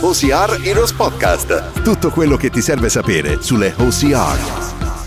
OCR Heroes Podcast. Tutto quello che ti serve sapere sulle OCR.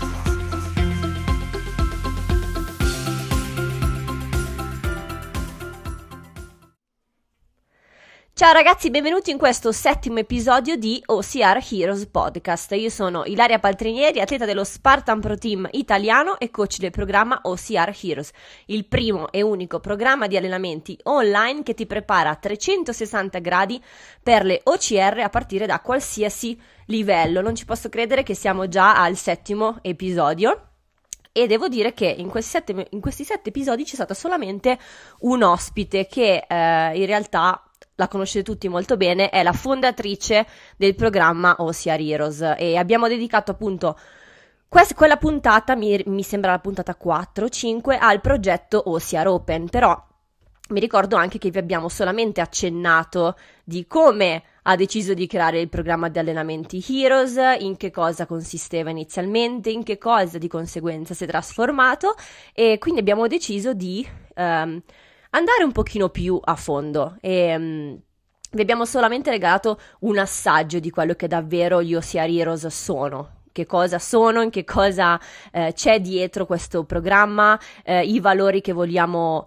Ciao ragazzi, benvenuti in questo settimo episodio di OCR Heroes Podcast. Io sono Ilaria Paltrinieri, atleta dello Spartan Pro Team italiano e coach del programma OCR Heroes, il primo e unico programma di allenamenti online che ti prepara a 360 gradi per le OCR a partire da qualsiasi livello. Non ci posso credere che siamo già al settimo episodio. E devo dire che in questi sette episodi c'è stata solamente un ospite che in realtà la conoscete tutti molto bene, è la fondatrice del programma OCR Heroes e abbiamo dedicato appunto quella puntata, mi sembra la puntata 4 o 5, al progetto OCR Open, però mi ricordo anche che vi abbiamo solamente accennato di come ha deciso di creare il programma di allenamenti Heroes, in che cosa consisteva inizialmente, in che cosa di conseguenza si è trasformato, e quindi abbiamo deciso di andare un pochino più a fondo e vi abbiamo solamente regalato un assaggio di quello che davvero gli OCR Heroes sono. Che cosa sono, in che cosa c'è dietro questo programma, i valori che vogliamo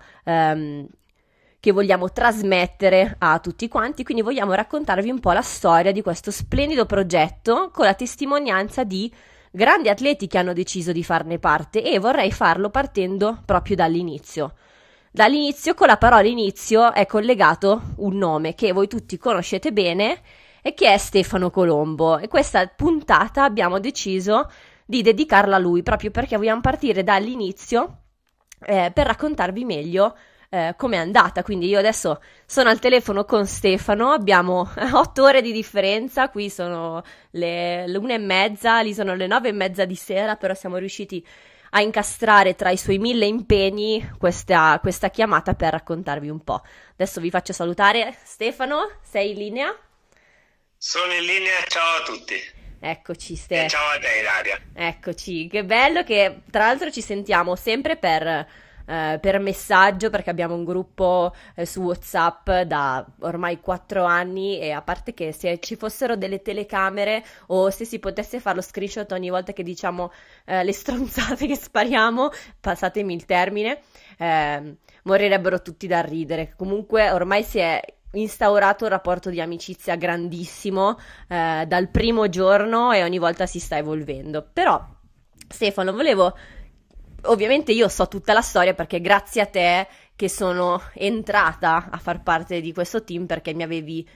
trasmettere a tutti quanti. Quindi vogliamo raccontarvi un po' la storia di questo splendido progetto con la testimonianza di grandi atleti che hanno deciso di farne parte, e vorrei farlo partendo proprio dall'inizio. Dall'inizio, con la parola inizio, è collegato un nome che voi tutti conoscete bene e che è Stefano Colombo, e questa puntata abbiamo deciso di dedicarla a lui proprio perché vogliamo partire dall'inizio per raccontarvi meglio com'è andata. Quindi io adesso sono al telefono con Stefano, abbiamo 8 ore di differenza, qui sono le 1:30, lì sono le 9:30 di sera, però siamo riusciti a incastrare tra i suoi 1000 impegni questa chiamata per raccontarvi un po'. Adesso vi faccio salutare. Stefano, sei in linea? Sono in linea, ciao a tutti. Eccoci E ciao a te, Ilaria. Eccoci, che bello che tra l'altro ci sentiamo sempre per messaggio, perché abbiamo un gruppo su WhatsApp da ormai 4 anni, e a parte che se ci fossero delle telecamere o se si potesse fare lo screenshot ogni volta che diciamo le stronzate che spariamo, passatemi il termine, morirebbero tutti da ridere. Comunque ormai si è instaurato un rapporto di amicizia grandissimo dal primo giorno, e ogni volta si sta evolvendo. Però Stefano, ovviamente io so tutta la storia perché grazie a te che sono entrata a far parte di questo team, perché mi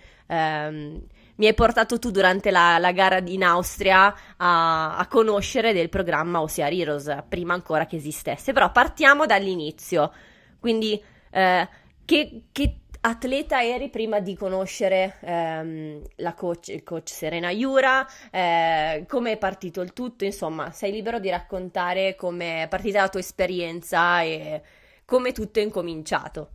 hai portato tu durante la gara in Austria a conoscere del programma OCR Heroes, prima ancora che esistesse. Però partiamo dall'inizio. Quindi che atleta eri prima di conoscere il coach Serena Iura? Come è partito il tutto? Insomma, sei libero di raccontare come è partita la tua esperienza e come tutto è incominciato.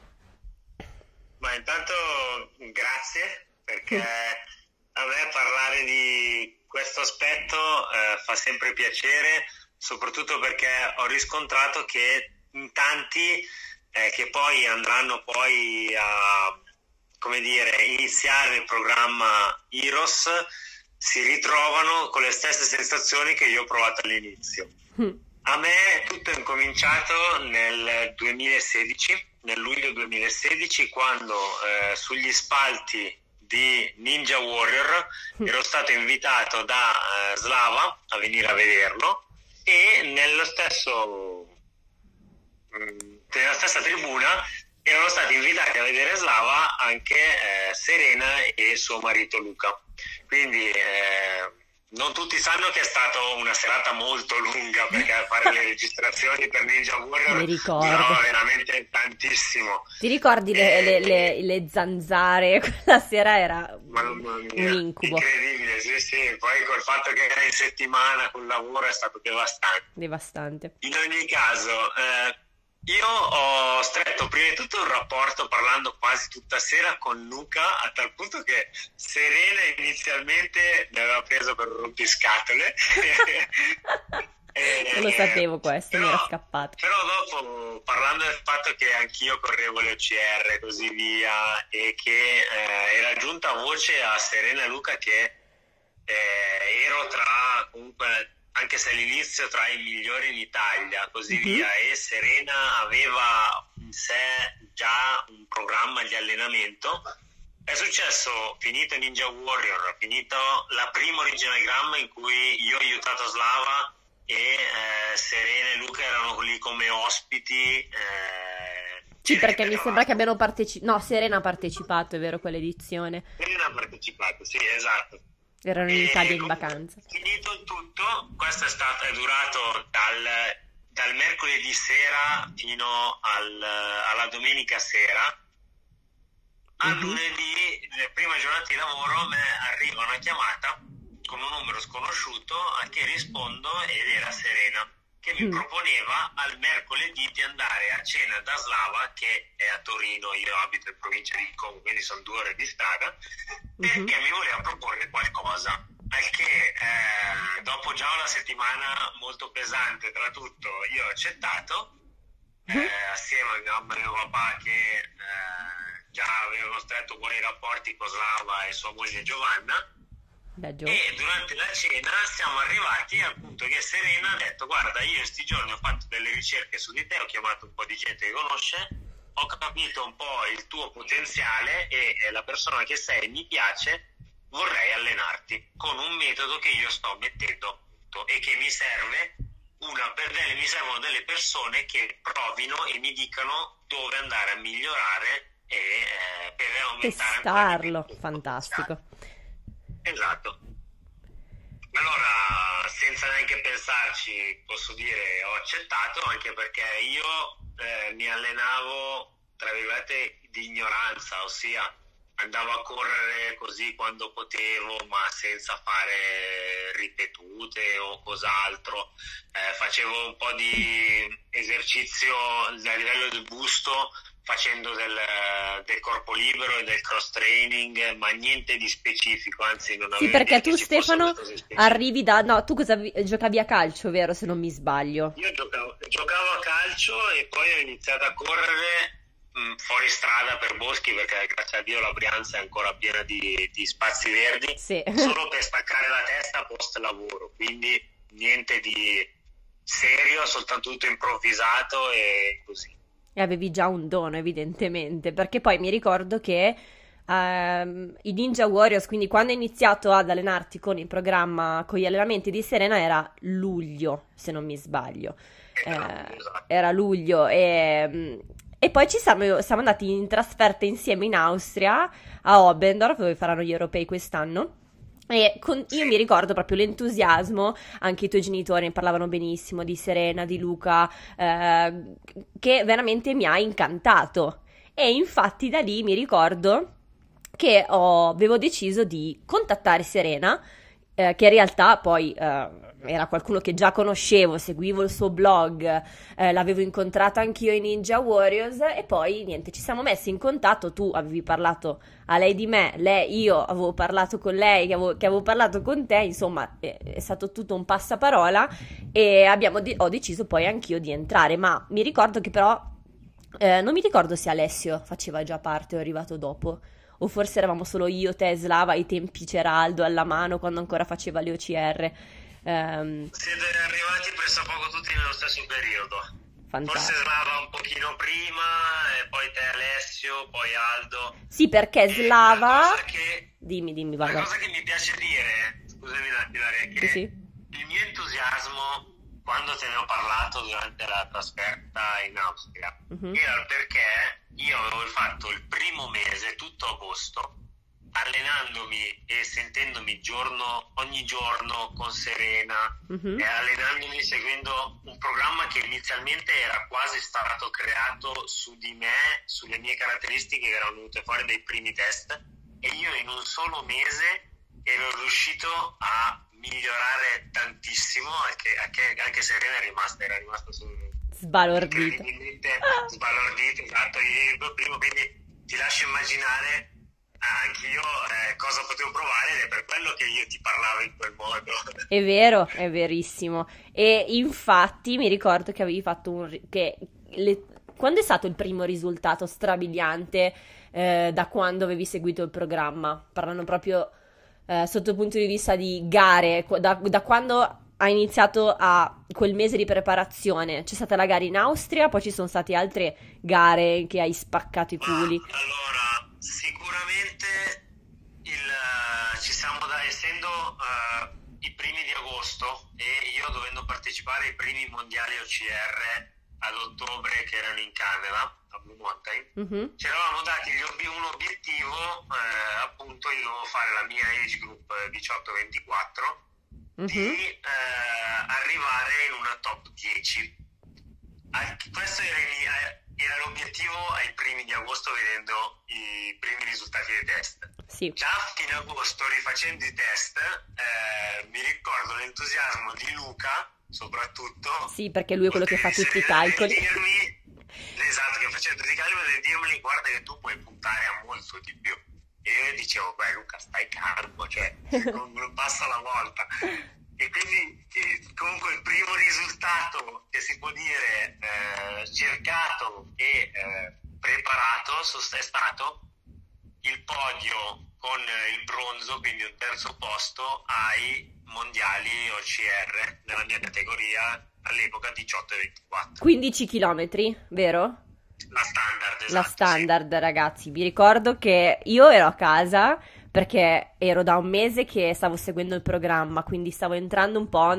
Ma intanto grazie, perché a me parlare di questo aspetto fa sempre piacere, soprattutto perché ho riscontrato che in tanti che poi andranno poi a, come dire, iniziare il programma Heroes si ritrovano con le stesse sensazioni che io ho provato all'inizio. A me tutto è incominciato nel 2016, nel luglio 2016, quando sugli spalti di Ninja Warrior ero stato invitato da Slava a venire a vederlo, e nella stessa tribuna erano stati invitati a vedere Slava anche Serena e suo marito Luca. Quindi non tutti sanno che è stata una serata molto lunga, perché fare le registrazioni per Ninja Warrior durava veramente tantissimo. Ti ricordi le zanzare? Quella sera era un incubo. Incredibile, sì. Poi col fatto che era in settimana col lavoro è stato devastante. In ogni caso, io ho stretto prima di tutto un rapporto, parlando quasi tutta sera con Luca, a tal punto che Serena inizialmente mi aveva preso per un rompiscatole Non lo sapevo questo, mi era scappato. Però dopo, parlando del fatto che anch'io correvo le OCR e così via, e che era giunta voce a Serena e Luca che ero comunque, anche se all'inizio, tra i migliori in Italia, così via, e Serena aveva in sé già un programma di allenamento. È successo, finito Ninja Warrior, finito la prima Original Gram in cui io ho aiutato Slava e Serena e Luca erano lì come ospiti. Sì, perché mi sembra che abbiano partecipato. No, Serena ha partecipato, è vero, quell'edizione. Serena ha partecipato, sì, esatto. Erano in Italia in vacanza. Finito il tutto, questo è durato dal mercoledì sera fino alla domenica sera. A lunedì, la prima giornata di lavoro, mi arriva una chiamata con un numero sconosciuto a che rispondo ed era Serena, che mi proponeva al mercoledì di andare a cena da Slava, che è a Torino, io abito in provincia di Como, quindi sono 2 ore di strada, perché mi voleva proporre qualcosa. Al che dopo già una settimana molto pesante tra tutto, io ho accettato, assieme a mia mamma e mio papà che già avevano stretto buoni rapporti con Slava e sua moglie Giovanna. E durante la cena siamo arrivati al punto che Serena ha detto: guarda, io in sti giorni ho fatto delle ricerche su di te, ho chiamato un po' di gente che conosce, ho capito un po' il tuo potenziale e la persona che sei mi piace, vorrei allenarti con un metodo che io sto mettendo a punto e che mi servono delle persone che provino e mi dicano dove andare a migliorare e per aumentare testarlo. Fantastico. Esatto. Allora, senza neanche pensarci, posso dire ho accettato, anche perché io mi allenavo tra virgolette di ignoranza, ossia andavo a correre così quando potevo, ma senza fare ripetute o cos'altro. Facevo un po' di esercizio a livello del busto, facendo del corpo libero e del cross training, ma niente di specifico, anzi non avevo. Sì, perché tu, Stefano, arrivi da... No, tu giocavi a calcio, vero, se non mi sbaglio? Io giocavo a calcio e poi ho iniziato a correre fuori strada per boschi, perché grazie a Dio la Brianza è ancora piena di spazi verdi, sì. Solo per staccare la testa post lavoro, quindi niente di serio, soltanto tutto improvvisato e così. E avevi già un dono, evidentemente, perché poi mi ricordo che i Ninja Warriors, quindi quando hai iniziato ad allenarti con il programma, con gli allenamenti di Serena, era luglio, se non mi sbaglio. Era luglio e poi siamo andati in trasferta insieme in Austria, a Obendorf, dove faranno gli europei quest'anno. E io mi ricordo proprio l'entusiasmo, anche i tuoi genitori ne parlavano benissimo di Serena, di Luca, che veramente mi ha incantato. E infatti da lì mi ricordo che avevo deciso di contattare Serena, che in realtà poi era qualcuno che già conoscevo, seguivo il suo blog, l'avevo incontrata anch'io in Ninja Warriors e poi niente, ci siamo messi in contatto, tu avevi parlato a lei di me, io avevo parlato con lei, che avevo parlato con te, insomma è stato tutto un passaparola e ho deciso poi anch'io di entrare, ma mi ricordo che però, non mi ricordo se Alessio faceva già parte o è arrivato dopo. O forse eravamo solo io, te e Slava, ai tempi c'era Aldo alla mano quando ancora faceva le OCR. Siete arrivati pressappoco tutti nello stesso periodo. Fantastico. Forse Slava un pochino prima, e poi te Alessio, poi Aldo. Sì, perché Slava... Che... Dimmi, vai. La cosa che mi piace dire, scusami un attimo, è che sì. Il mio entusiasmo, quando te ne ho parlato durante la trasferta in Austria, era perché io avevo fatto il primo mese, tutto agosto, allenandomi e sentendomi ogni giorno con Serena, e allenandomi seguendo un programma che inizialmente era quasi stato creato su di me, sulle mie caratteristiche che erano venute fuori dai primi test, e io in un solo mese ero riuscito a migliorare tantissimo, anche Serena era rimasta sbalordita. Sbalordita, esatto. Io primo, quindi ti lascio immaginare anche io cosa potevo provare ed è per quello che io ti parlavo in quel modo. È vero, è verissimo. E infatti mi ricordo che avevi fatto quando è stato il primo risultato strabiliante da quando avevi seguito il programma? Parlando proprio sotto il punto di vista di gare, da quando hai iniziato a quel mese di preparazione. C'è stata la gara in Austria, poi ci sono state altre gare che hai spaccato i culi. Allora, sicuramente essendo i primi di agosto e io dovendo partecipare ai primi mondiali OCR ad ottobre che erano in Canada, a Blue Mountain, ci eravamo dati un obiettivo, appunto io dovevo fare la mia age group 18-24, di arrivare in una top 10. Questo era l'obiettivo ai primi di agosto, vedendo i primi risultati dei test. Sì. Già a fine agosto, rifacendo i test, mi ricordo l'entusiasmo di Luca, soprattutto. Sì, perché lui è quello che fa tutti i calcoli. Esatto, che faceva tutti i calcoli e dirmi: guarda che tu puoi puntare a molto di più. E io dicevo: beh, Luca, stai calmo, cioè non passa la volta. E quindi comunque il primo risultato che si può dire cercato e preparato è stato il podio con il bronzo, quindi un terzo posto ai mondiali OCR nella mia categoria all'epoca 18 e 24. 15 chilometri, vero? La standard, esatto. La standard, sì. Ragazzi, vi ricordo che io ero a casa perché ero da un mese che stavo seguendo il programma, quindi stavo entrando un po'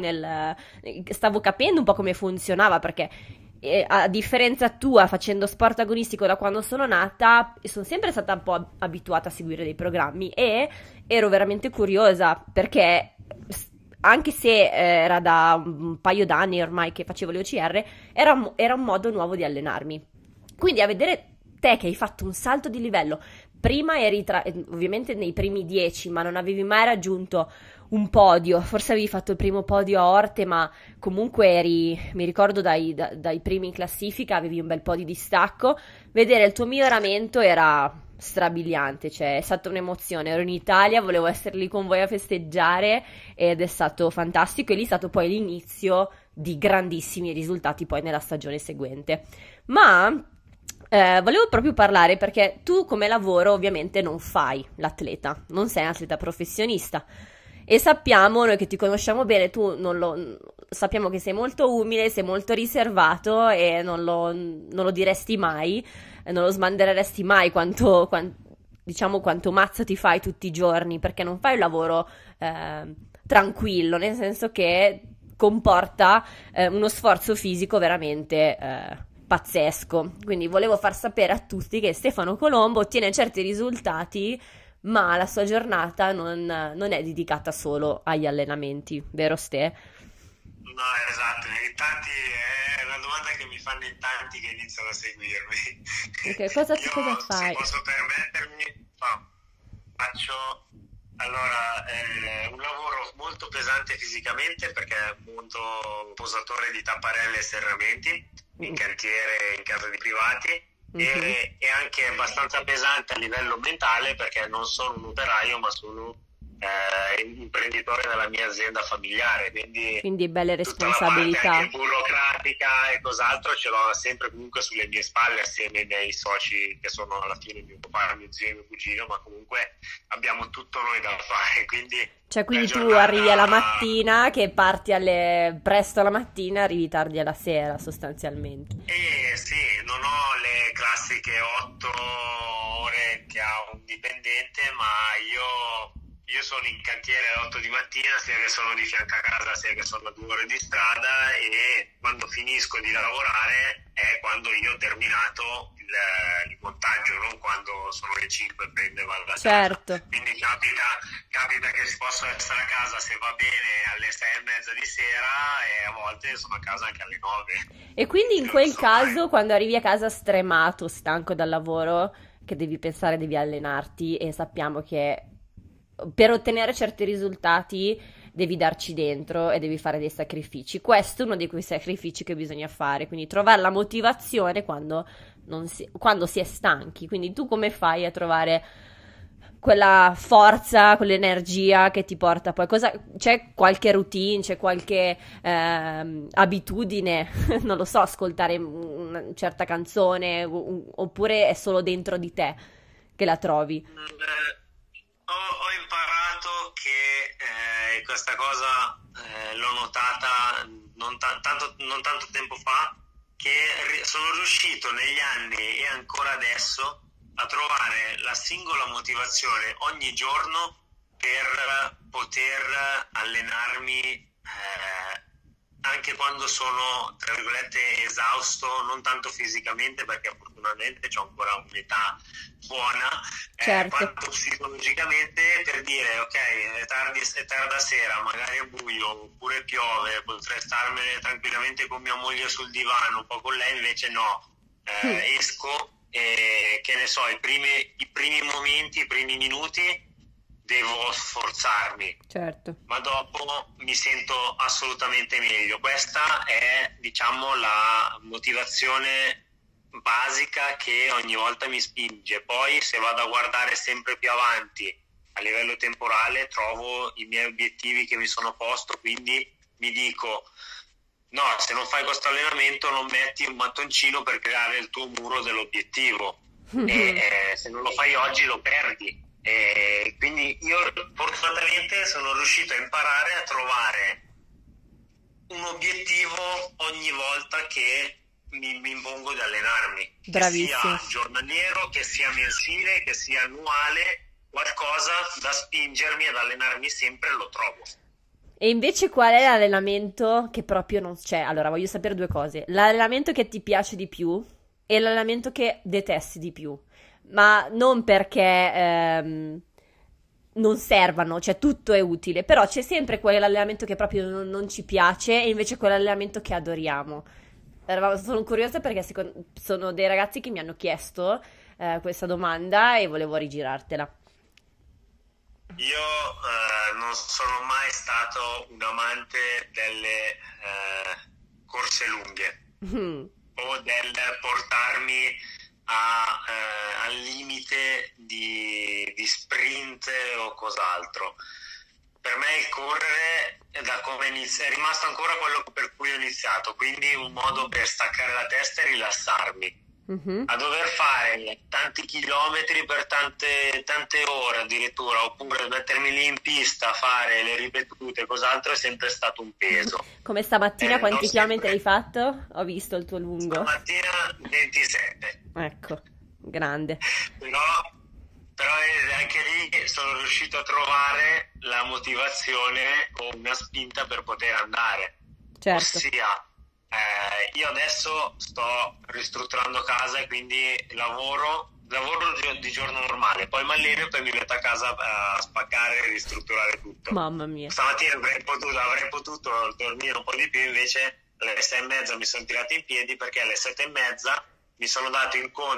stavo capendo un po' come funzionava, perché a differenza tua, facendo sport agonistico da quando sono nata, sono sempre stata un po' abituata a seguire dei programmi e ero veramente curiosa, perché anche se era da un paio d'anni ormai che facevo le OCR, era un modo nuovo di allenarmi. Quindi a vedere te che hai fatto un salto di livello, prima eri ovviamente nei primi 10, ma non avevi mai raggiunto un podio, forse avevi fatto il primo podio a Orte, ma comunque mi ricordo dai primi in classifica, avevi un bel po' di distacco. Vedere il tuo miglioramento era strabiliante, cioè è stata un'emozione. Ero in Italia, volevo essere lì con voi a festeggiare ed è stato fantastico, e lì è stato poi l'inizio di grandissimi risultati poi nella stagione seguente. Ma volevo proprio parlare, perché tu come lavoro ovviamente non fai l'atleta, non sei un atleta professionista, e sappiamo, noi che ti conosciamo bene, tu sappiamo che sei molto umile, sei molto riservato e non lo diresti mai, non lo smandereresti mai quanto mazzo ti fai tutti i giorni, perché non fai un lavoro tranquillo, nel senso che comporta uno sforzo fisico veramente pazzesco. Quindi volevo far sapere a tutti che Stefano Colombo ottiene certi risultati, ma la sua giornata non è dedicata solo agli allenamenti, vero Ste? No, esatto, in tanti è una domanda che mi fanno in tanti che iniziano a seguirmi. Okay, cosa fai? Se posso permettermi, faccio un lavoro molto pesante fisicamente, perché monto posatore di tapparelle e serramenti in cantiere, in casa di privati, e anche abbastanza pesante a livello mentale, perché non sono un operaio ma sono imprenditore della mia azienda familiare, quindi belle responsabilità. Tutta la parte anche burocratica e cos'altro ce l'ho sempre comunque sulle mie spalle, assieme ai miei soci che sono alla fine mio papà, mio zio e mio cugino, ma comunque abbiamo tutto noi da fare, quindi tu arrivi alla mattina, che parti presto alla mattina, arrivi tardi alla sera sostanzialmente. Sì, non ho le classiche 8 ore che ha un dipendente, ma io sono in cantiere alle 8 di mattina, sia che sono di fianco a casa, sia che sono a 2 ore di strada, e quando finisco di lavorare è quando io ho terminato il montaggio, non quando sono le 5 e prendo e vado da certo. Casa. Quindi capita che posso essere a casa, se va bene, alle 6:30 di sera, e a volte sono a casa anche alle 9. E quindi in quel caso, quando arrivi a casa stremato, stanco dal lavoro, che devi pensare, devi allenarti, e sappiamo che per ottenere certi risultati devi darci dentro e devi fare dei sacrifici. Questo è uno di quei sacrifici che bisogna fare, quindi trovare la motivazione quando si è stanchi. Quindi tu come fai a trovare quella forza, quell'energia che ti porta poi. C'è qualche routine, c'è qualche abitudine, non lo so, ascoltare una certa canzone oppure è solo dentro di te che la trovi? Ho imparato che questa cosa l'ho notata non tanto tempo fa, che sono riuscito negli anni e ancora adesso a trovare la singola motivazione ogni giorno per poter allenarmi anche quando sono, tra virgolette, esausto, non tanto fisicamente perché fortunatamente ho ancora un'età buona, Certo. quanto psicologicamente, per dire ok, è tarda sera, magari è buio oppure piove, potrei starmene tranquillamente con mia moglie sul divano, un po' con lei, invece no, esco e che ne so, i primi momenti, i primi minuti devo sforzarmi, Certo. ma dopo mi sento assolutamente meglio. Questa è, diciamo, la motivazione basica che ogni volta mi spinge. Poi se vado a guardare sempre più avanti a livello temporale, trovo i miei obiettivi che mi sono posto, quindi mi dico no, se non fai questo allenamento non metti un mattoncino per creare il tuo muro dell'obiettivo e se non lo fai oggi lo perdi. E quindi io fortunatamente sono riuscito a imparare a trovare un obiettivo ogni volta che mi impongo di allenarmi, Bravissimo. che sia giornaliero, che sia mensile, che sia annuale, qualcosa da spingermi ad allenarmi sempre lo trovo. E invece qual è l'allenamento che proprio non c'è? Allora, voglio sapere due cose. L'allenamento che ti piace di più e l'allenamento che detesti di più. Ma non perché non servano, cioè tutto è utile, però c'è sempre quell'allenamento che proprio non ci piace e invece quell'allenamento che adoriamo. Sono curiosa perché sono dei ragazzi che mi hanno chiesto questa domanda e volevo rigirartela. Io non sono mai stato un amante delle corse lunghe o del portarmi al limite di sprint o cos'altro. Per me il correre da come è rimasto ancora quello per cui ho iniziato, quindi un modo per staccare la testa e rilassarmi. A dover fare tanti chilometri per tante ore addirittura, oppure mettermi lì in pista a fare le ripetute, cos'altro, è sempre stato un peso. Come stamattina, quanti chilometri sempre. hai fatto? Ho visto il tuo lungo. Stamattina 27. Ecco, grande. Però anche lì sono riuscito a trovare la motivazione o una spinta per poter andare. Certo. Ossia, io adesso sto ristrutturando casa e quindi lavoro di giorno normale, poi mi alleno e poi mi metto a casa a spaccare e ristrutturare tutto. Mamma mia. Stamattina avrei potuto dormire un po' di più, invece alle 6:30 mi sono tirato in piedi perché alle 7:30 mi sono dato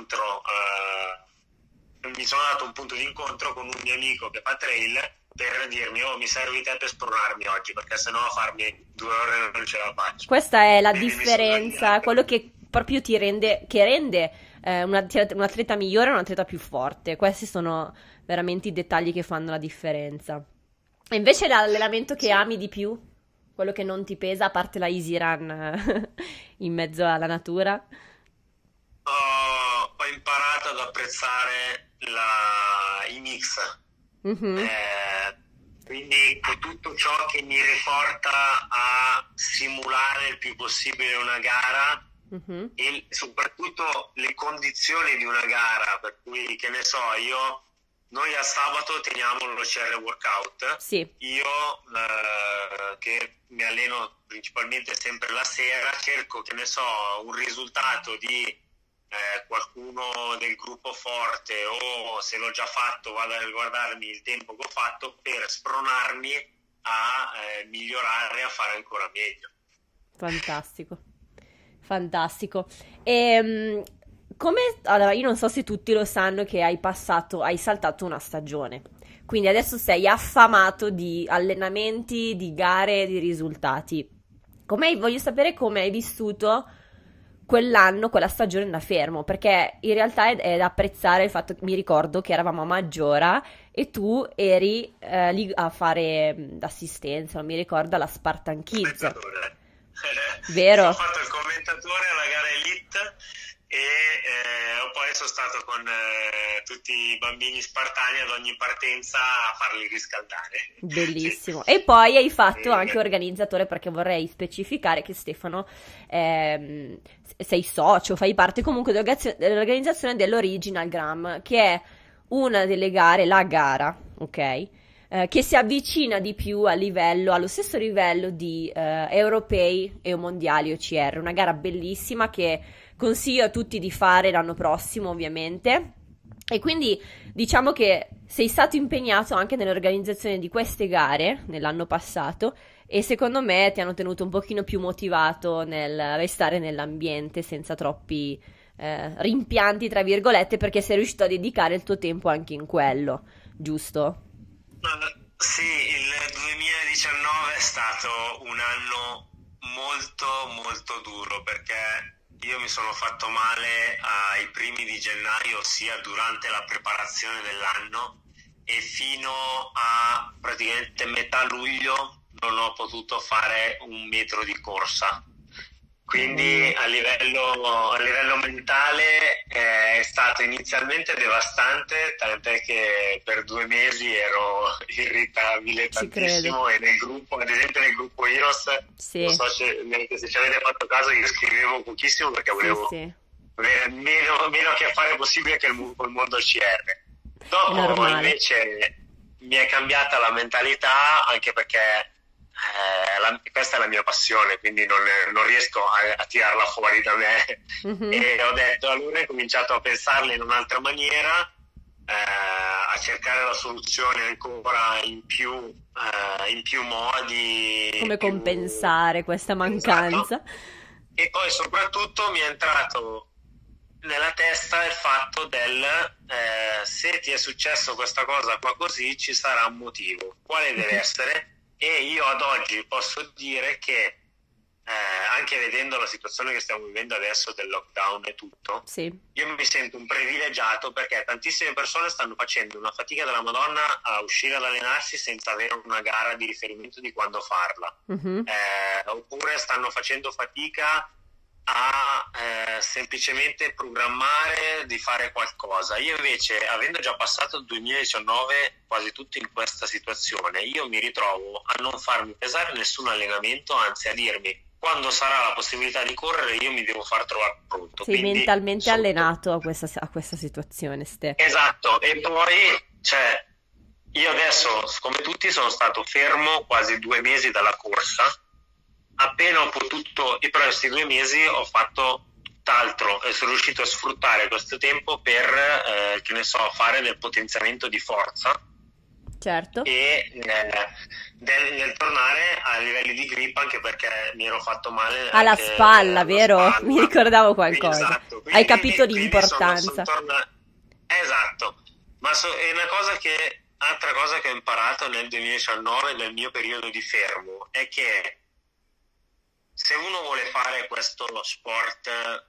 un punto di incontro con un mio amico che fa trail per dirmi mi servi te per spronarmi oggi perché sennò a farmi 2 ore non ce la faccio. Questa è la Quindi differenza, quello che proprio rende un atleta migliore e un atleta più forte. Questi sono veramente i dettagli che fanno la differenza. E invece l'allenamento che ami di più, quello che non ti pesa, a parte la easy run in mezzo alla natura? Ho imparato ad apprezzare i mix. Quindi tutto ciò che mi riporta a simulare il più possibile una gara e soprattutto le condizioni di una gara, per cui che ne so, noi a sabato teniamo l'OCR workout. Sì. Io che mi alleno principalmente sempre la sera, cerco, che ne so, un risultato di qualcuno del gruppo forte, o se l'ho già fatto vado a guardarmi il tempo che ho fatto per spronarmi a migliorare, a fare ancora meglio. Fantastico. Allora, io non so se tutti lo sanno che hai saltato una stagione, quindi adesso sei affamato di allenamenti, di gare, di risultati. Voglio sapere come hai vissuto quell'anno, quella stagione da fermo, perché in realtà è da apprezzare il fatto che mi ricordo che eravamo a Maggiora e tu eri lì a fare d'assistenza, non mi ricordo, alla Spartan Kids. Commentatore. Vero? Ho fatto il commentatore alla gara Elite e poi sono stato con tutti i bambini spartani ad ogni partenza a farli riscaldare. Bellissimo. E poi hai fatto anche organizzatore, perché vorrei specificare che Stefano sei socio, fai parte comunque dell'organizzazione dell'Original Gram, che è una delle gare, la gara, ok? Che si avvicina di più allo stesso livello di europei e mondiali OCR, una gara bellissima che consiglio a tutti di fare l'anno prossimo, ovviamente. E quindi diciamo che sei stato impegnato anche nell'organizzazione di queste gare nell'anno passato e secondo me ti hanno tenuto un pochino più motivato nel restare nell'ambiente senza troppi rimpianti, tra virgolette, perché sei riuscito a dedicare il tuo tempo anche in quello, giusto? Sì, il 2019 è stato un anno molto molto duro perché io mi sono fatto male ai primi di gennaio, sia durante la preparazione dell'anno e fino a praticamente metà luglio non ho potuto fare un metro di corsa. Quindi a livello mentale è stato inizialmente devastante, tant'è che per 2 mesi ero irritabile tantissimo e nel gruppo, ad esempio nel gruppo Heroes, sì. Non so se ci avete fatto caso, io scrivevo pochissimo perché volevo avere meno a che fare possibile che col mondo CR. Dopo invece mi è cambiata la mentalità, anche perché questa è la mia passione, quindi non riesco a tirarla fuori da me. E ho detto, allora ho cominciato a pensarla in un'altra maniera, a cercare la soluzione ancora in più modi, come compensare questa mancanza. Esatto. E poi soprattutto mi è entrato nella testa il fatto se ti è successo questa cosa qua così, ci sarà un motivo, quale deve essere? E io ad oggi posso dire che anche vedendo la situazione che stiamo vivendo adesso del lockdown e tutto, sì. Io mi sento un privilegiato perché tantissime persone stanno facendo una fatica della Madonna a uscire ad allenarsi senza avere una gara di riferimento di quando farla, oppure stanno facendo fatica a semplicemente programmare di fare qualcosa. Io invece, avendo già passato il 2019 quasi tutto in questa situazione, io mi ritrovo a non farmi pesare nessun allenamento, anzi a dirmi quando sarà la possibilità di correre io mi devo far trovare pronto. Sei mentalmente allenato a questa situazione, Ste. Esatto, e poi io adesso come tutti sono stato fermo quasi 2 mesi dalla corsa. Appena ho potuto, e per questi 2 mesi ho fatto tutt'altro e sono riuscito a sfruttare questo tempo per, fare del potenziamento di forza. Certo. E nel tornare a livelli di grip, anche perché mi ero fatto male alla spalla, vero? Spalla. Mi ricordavo qualcosa. Esatto. Quindi, hai capito l'importanza. Esatto. Ma è una cosa altra cosa che ho imparato nel 2019, nel mio periodo di fermo, è che se uno vuole fare questo sport,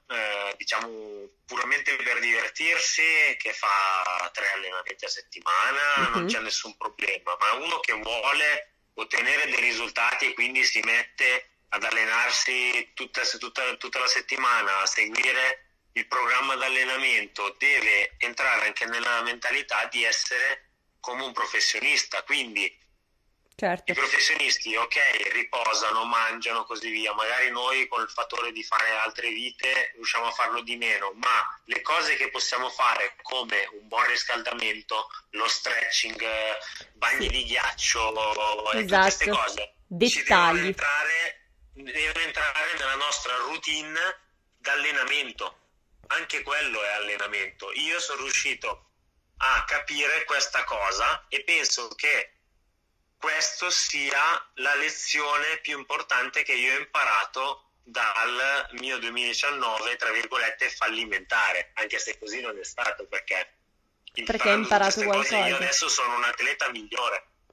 puramente per divertirsi, che fa 3 allenamenti a settimana, non c'è nessun problema, ma uno che vuole ottenere dei risultati e quindi si mette ad allenarsi tutta la settimana, a seguire il programma d'allenamento, deve entrare anche nella mentalità di essere come un professionista, quindi certo. I professionisti, riposano, mangiano, così via. Magari noi con il fattore di fare altre vite riusciamo a farlo di meno, ma le cose che possiamo fare come un buon riscaldamento, lo stretching, bagni di ghiaccio e tutte queste cose, dettagli, devono entrare nella nostra routine d'allenamento. Anche quello è allenamento. Io sono riuscito a capire questa cosa e penso che questo sia la lezione più importante che io ho imparato dal mio 2019, tra virgolette, fallimentare, anche se così non è stato, perché hai imparato qualcosa. Io adesso sono un atleta migliore.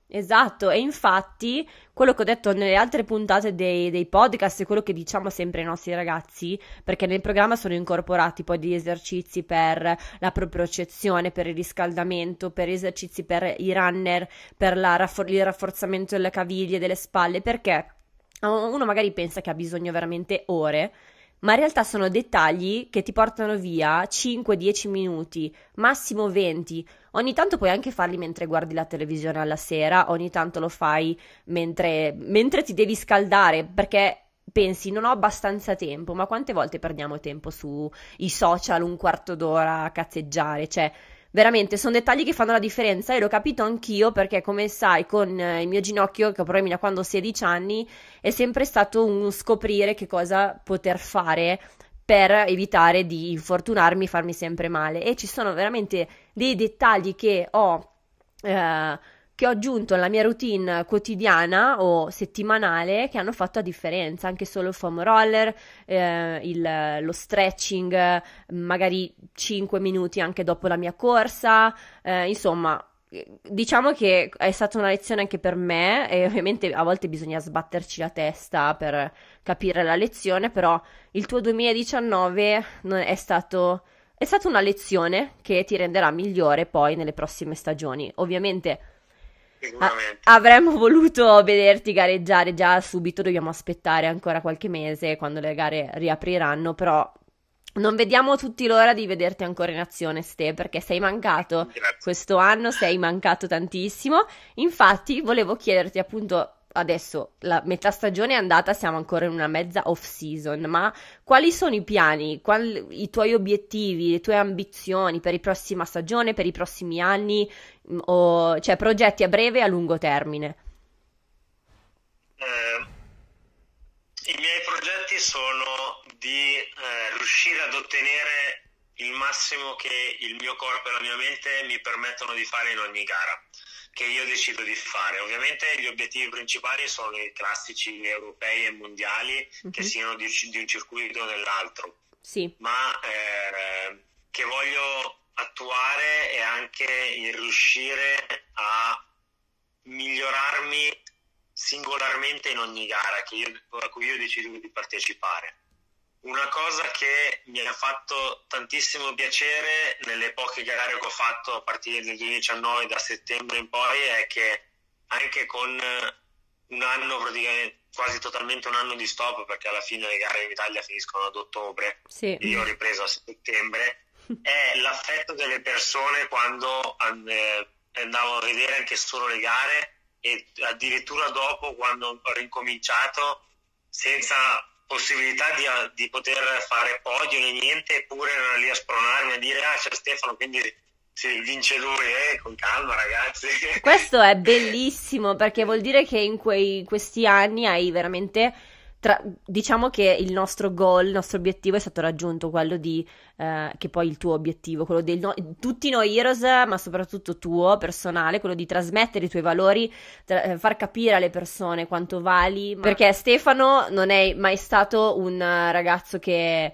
Esatto, e infatti quello che ho detto nelle altre puntate dei podcast è quello che diciamo sempre ai nostri ragazzi, perché nel programma sono incorporati poi degli esercizi per la propriocezione, per il riscaldamento, per esercizi per i runner, per il rafforzamento delle caviglie, delle spalle, perché uno magari pensa che ha bisogno veramente ore, ma in realtà sono dettagli che ti portano via 5-10 minuti, massimo 20. Ogni tanto puoi anche farli mentre guardi la televisione alla sera, ogni tanto lo fai mentre ti devi scaldare, perché pensi non ho abbastanza tempo, ma quante volte perdiamo tempo sui social un quarto d'ora a cazzeggiare? Cioè, veramente sono dettagli che fanno la differenza e l'ho capito anch'io perché, come sai, con il mio ginocchio, che ho problemi da quando ho 16 anni, è sempre stato un scoprire che cosa poter fare per evitare di infortunarmi e farmi sempre male. E ci sono veramente dei dettagli che ho aggiunto alla mia routine quotidiana o settimanale che hanno fatto la differenza, anche solo il foam roller, lo stretching, magari 5 minuti anche dopo la mia corsa, insomma. Diciamo che è stata una lezione anche per me e ovviamente a volte bisogna sbatterci la testa per capire la lezione, però il tuo 2019 è stata una lezione che ti renderà migliore poi nelle prossime stagioni. Ovviamente Sicuramente. avremmo voluto vederti gareggiare già subito, dobbiamo aspettare ancora qualche mese quando le gare riapriranno, però non vediamo tutti l'ora di vederti ancora in azione, Ste, perché sei mancato Grazie. questo anno, sei mancato tantissimo. Infatti, volevo chiederti appunto. Adesso la metà stagione è andata, siamo ancora in una mezza off season, ma quali sono i piani, i tuoi obiettivi, le tue ambizioni per la prossima stagione, per i prossimi anni, cioè progetti a breve e a lungo termine? Eh, I miei progetti sono di riuscire ad ottenere il massimo che il mio corpo e la mia mente mi permettono di fare in ogni gara che io decido di fare. Ovviamente gli obiettivi principali sono i classici europei e mondiali, che siano di un circuito o dell'altro, Sì, ma che voglio attuare è anche il riuscire a migliorarmi singolarmente in ogni gara a cui io decido di partecipare. Una cosa che mi ha fatto tantissimo piacere nelle poche gare che ho fatto a partire dal 2019, da settembre in poi, è che anche con un anno, praticamente quasi totalmente un anno di stop, perché alla fine le gare in Italia finiscono ad ottobre, sì. e io ho ripreso a settembre, è l'affetto delle persone quando andavo a vedere anche solo le gare, e addirittura dopo, quando ho ricominciato senza possibilità di poter fare podio né niente, eppure erano lì a spronarmi, a dire c'è Stefano, quindi si vince lui, con calma ragazzi. Questo è bellissimo perché vuol dire che in questi anni hai veramente, diciamo che il nostro goal, il nostro obiettivo è stato raggiunto, quello di, che poi il tuo obiettivo, quello di tutti noi Heroes, ma soprattutto tuo, personale, quello di trasmettere i tuoi valori, far capire alle persone quanto vali, perché Stefano non è mai stato un ragazzo che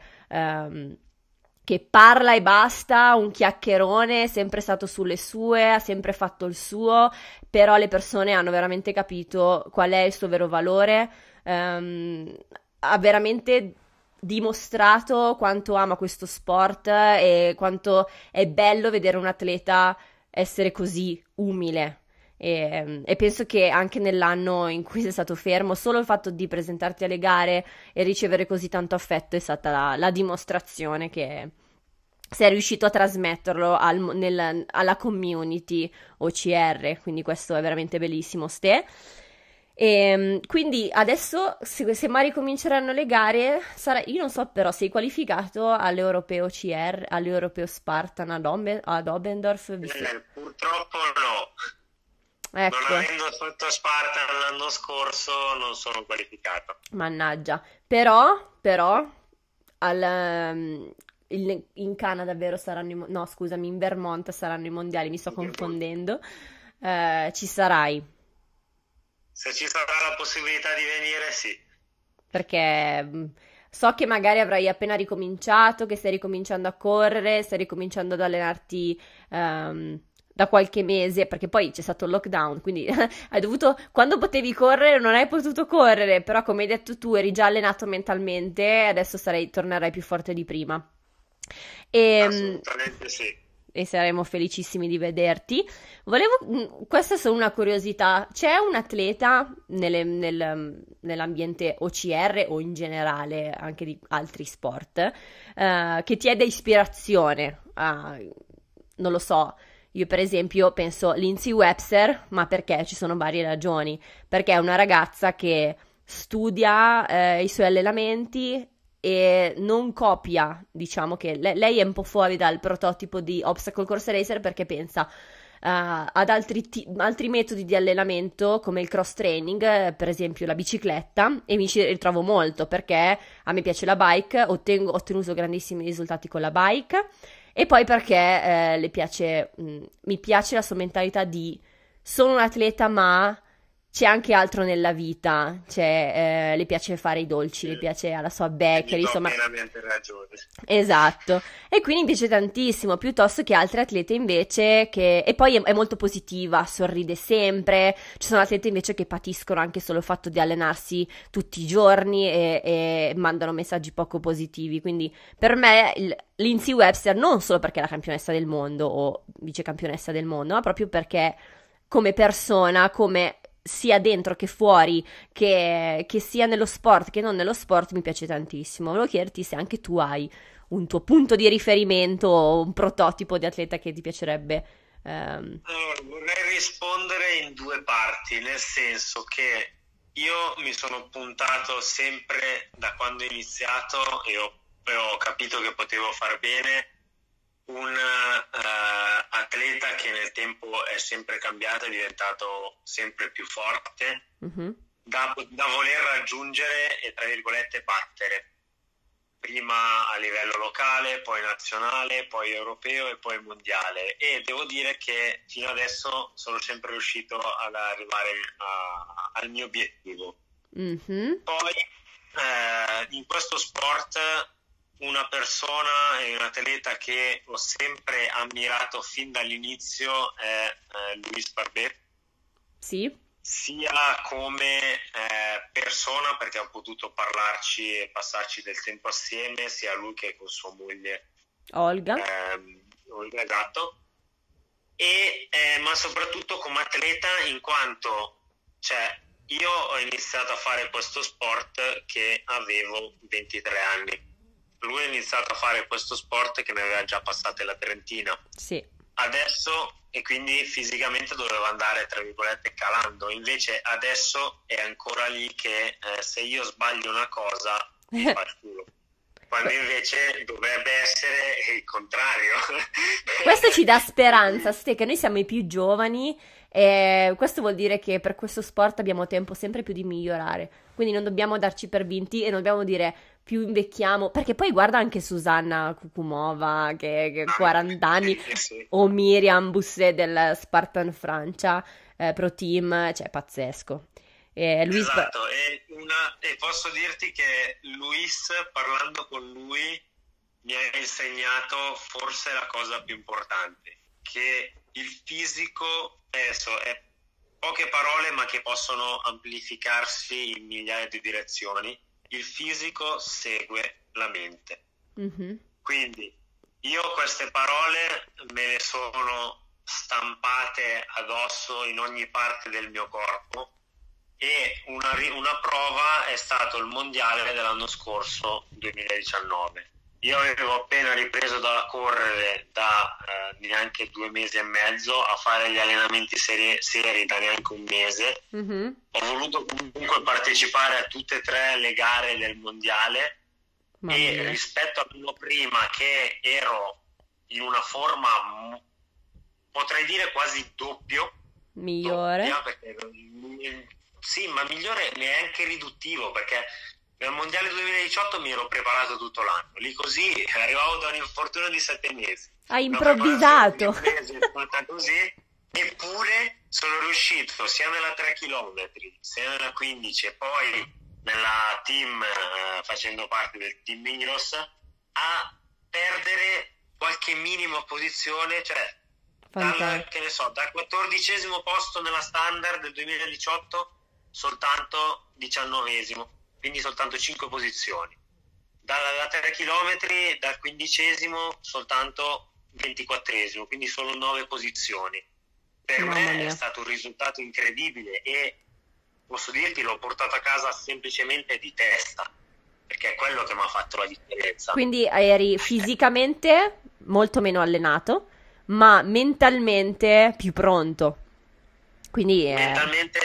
parla e basta, un chiacchierone, è sempre stato sulle sue, ha sempre fatto il suo, però le persone hanno veramente capito qual è il suo vero valore, ha veramente dimostrato quanto ama questo sport e quanto è bello vedere un atleta essere così umile. E penso che anche nell'anno in cui sei stato fermo, solo il fatto di presentarti alle gare e ricevere così tanto affetto è stata la dimostrazione che sei riuscito a trasmetterlo alla community OCR, quindi questo è veramente bellissimo, Ste. E quindi adesso, se mai ricominceranno le gare, io non so, però sei qualificato all'Europeo OCR, all'Europeo Spartan ad Obendorf? Purtroppo no. Ecco. Non avendo fatto Spartan l'anno scorso non sono qualificato. Mannaggia. Però in Canada, vero, no, scusami, in Vermont saranno i mondiali, mi sto confondendo. Ci sarai. Se ci sarà la possibilità di venire, sì. Perché so che magari avrai appena ricominciato, che stai ricominciando a correre, stai ricominciando ad allenarti da qualche mese, perché poi c'è stato il lockdown, quindi hai dovuto, quando potevi correre non hai potuto correre, però come hai detto tu eri già allenato mentalmente, adesso tornerai più forte di prima. Assolutamente sì. E saremo felicissimi di vederti. Questa è solo una curiosità, c'è un atleta nell'ambiente OCR o in generale anche di altri sport che ti è da ispirazione? Non lo so, io per esempio penso Lindsay Webster, ma perché? Ci sono varie ragioni, perché è una ragazza che studia i suoi allenamenti e non copia, diciamo che lei è un po' fuori dal prototipo di obstacle course racer perché pensa ad altri metodi di allenamento come il cross training, per esempio la bicicletta, e mi ci ritrovo molto perché a me piace la bike, ho ottenuto grandissimi risultati con la bike, e poi perché mi piace la sua mentalità di sono un atleta ma c'è anche altro nella vita, le piace fare i dolci, le piace alla sua bakery, insomma. Pienamente ragione. Esatto, e quindi mi piace tantissimo, piuttosto che altre atlete invece e poi è molto positiva, sorride sempre, ci sono atlete invece che patiscono anche solo il fatto di allenarsi tutti i giorni e mandano messaggi poco positivi, quindi per me Lindsay Webster non solo perché è la campionessa del mondo o vicecampionessa del mondo, ma proprio perché come persona, come sia dentro che fuori, che sia nello sport che non nello sport, mi piace tantissimo. Volevo chiederti se anche tu hai un tuo punto di riferimento o un prototipo di atleta che ti piacerebbe. Allora, vorrei rispondere in due parti, nel senso che io mi sono puntato sempre da quando ho iniziato e ho capito che potevo far bene un atleta che nel tempo è sempre cambiato, è diventato sempre più forte, da voler raggiungere e tra virgolette battere, prima a livello locale, poi nazionale, poi europeo e poi mondiale, e devo dire che fino adesso sono sempre riuscito ad arrivare al mio obiettivo. Poi in questo sport una persona e un atleta che ho sempre ammirato fin dall'inizio è Luis Barbet. Sì. Sia come persona, perché ho potuto parlarci e passarci del tempo assieme, sia lui che con sua moglie Olga. Olga, esatto. Ma soprattutto come atleta, in quanto io ho iniziato a fare questo sport che avevo 23 anni. Lui ha iniziato a fare questo sport che ne aveva già passate la trentina. Sì. Adesso, e quindi fisicamente doveva andare, tra virgolette, calando. Invece adesso è ancora lì che se io sbaglio una cosa mi fa il culo. Quando invece dovrebbe essere il contrario. Questo ci dà speranza, che noi siamo i più giovani e questo vuol dire che per questo sport abbiamo tempo sempre più di migliorare. Quindi non dobbiamo darci per vinti e non dobbiamo dire più invecchiamo, perché poi guarda anche Susanna Kukumova che ha 40 anni, sì. O Miriam Busset del Spartan Francia Pro Team, cioè pazzesco. Esatto, e posso dirti che Luis, parlando con lui, mi ha insegnato forse la cosa più importante, che il fisico adesso è poche parole ma che possono amplificarsi in migliaia di direzioni. Il fisico segue la mente. Quindi io queste parole me le sono stampate addosso in ogni parte del mio corpo, e una prova è stato il mondiale dell'anno scorso 2019. Io avevo appena ripreso da correre da neanche 2 mesi e mezzo, a fare gli allenamenti seri da neanche un mese. Ho voluto comunque partecipare a tutte e 3 le gare del mondiale. E rispetto all'anno prima, che ero in una forma potrei dire quasi migliore, sì, ma migliore neanche riduttivo, perché nel mondiale 2018 mi ero preparato tutto l'anno, lì così arrivavo da un infortunio di 7 mesi. Hai improvvisato. Così, eppure sono riuscito sia nella 3 km sia nella 15 e poi nella team, facendo parte del team Miros, a perdere qualche minima posizione, cioè che ne so, dal 14° posto nella standard del 2018 soltanto 19°, quindi soltanto 5 posizioni. Da 3 km dal 15° soltanto 24°, quindi solo 9 posizioni. Per me è stato un risultato incredibile e posso dirti l'ho portato a casa semplicemente di testa, perché è quello che mi ha fatto la differenza. Quindi eri fisicamente molto meno allenato, ma mentalmente più pronto. Quindi mentalmente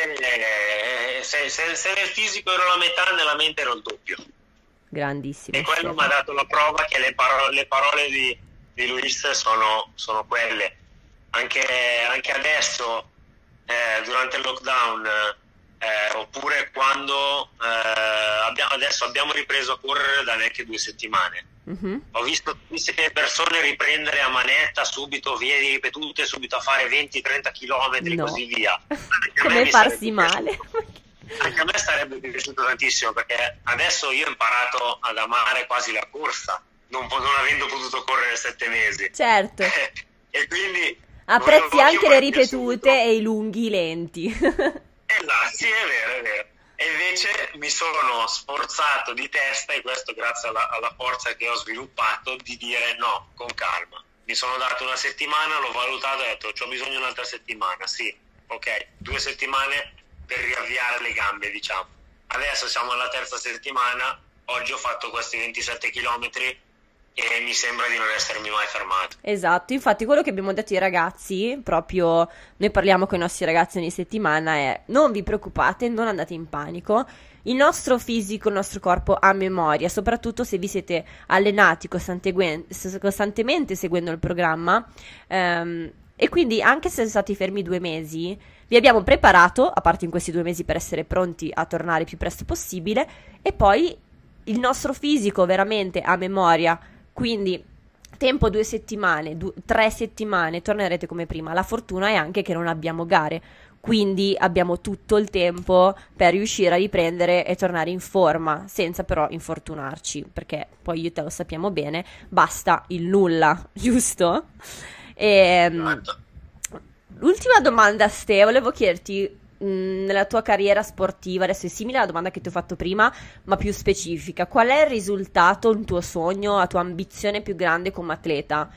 se nel fisico ero la metà, nella mente ero il doppio. Grandissimo. E quello mi ha dato la prova che le parole di Luis sono quelle. Anche adesso, durante il lockdown, oppure quando adesso abbiamo ripreso a correre da neanche 2 settimane. Ho visto tantissime persone riprendere a manetta subito, vie ripetute, subito a fare 20-30 km, così via. Come farsi male. Anche a me sarebbe piaciuto tantissimo, perché adesso io ho imparato ad amare quasi la corsa, non avendo potuto correre 7 mesi. Certo. E quindi apprezzi anche le ripetute e i lunghi lenti. Esatto, sì, è vero. E invece mi sono sforzato di testa, e questo grazie alla forza che ho sviluppato, di dire no, con calma. Mi sono dato una settimana, l'ho valutato e ho detto c'ho bisogno di un'altra settimana, sì, ok, 2 settimane per riavviare le gambe, diciamo. Adesso siamo alla 3ª settimana, oggi ho fatto questi 27 chilometri e mi sembra di non essermi mai fermato. Esatto, infatti quello che abbiamo detto ai ragazzi, proprio noi parliamo con i nostri ragazzi ogni settimana, è: non vi preoccupate, non andate in panico, il nostro fisico, il nostro corpo ha memoria, soprattutto se vi siete allenati costantemente seguendo il programma, e quindi anche se siete stati fermi 2 mesi, vi abbiamo preparato, a parte in questi 2 mesi, per essere pronti a tornare il più presto possibile, e poi il nostro fisico veramente ha memoria. Quindi tempo 2 settimane, 3 settimane, tornerete come prima. La fortuna è anche che non abbiamo gare, quindi abbiamo tutto il tempo per riuscire a riprendere e tornare in forma, senza però infortunarci, perché poi io e te lo sappiamo bene, basta il nulla, giusto? L'ultima domanda, Ste, volevo chiederti, nella tua carriera sportiva, adesso è simile alla domanda che ti ho fatto prima, ma più specifica: qual è il risultato, il tuo sogno, la tua ambizione più grande come atleta?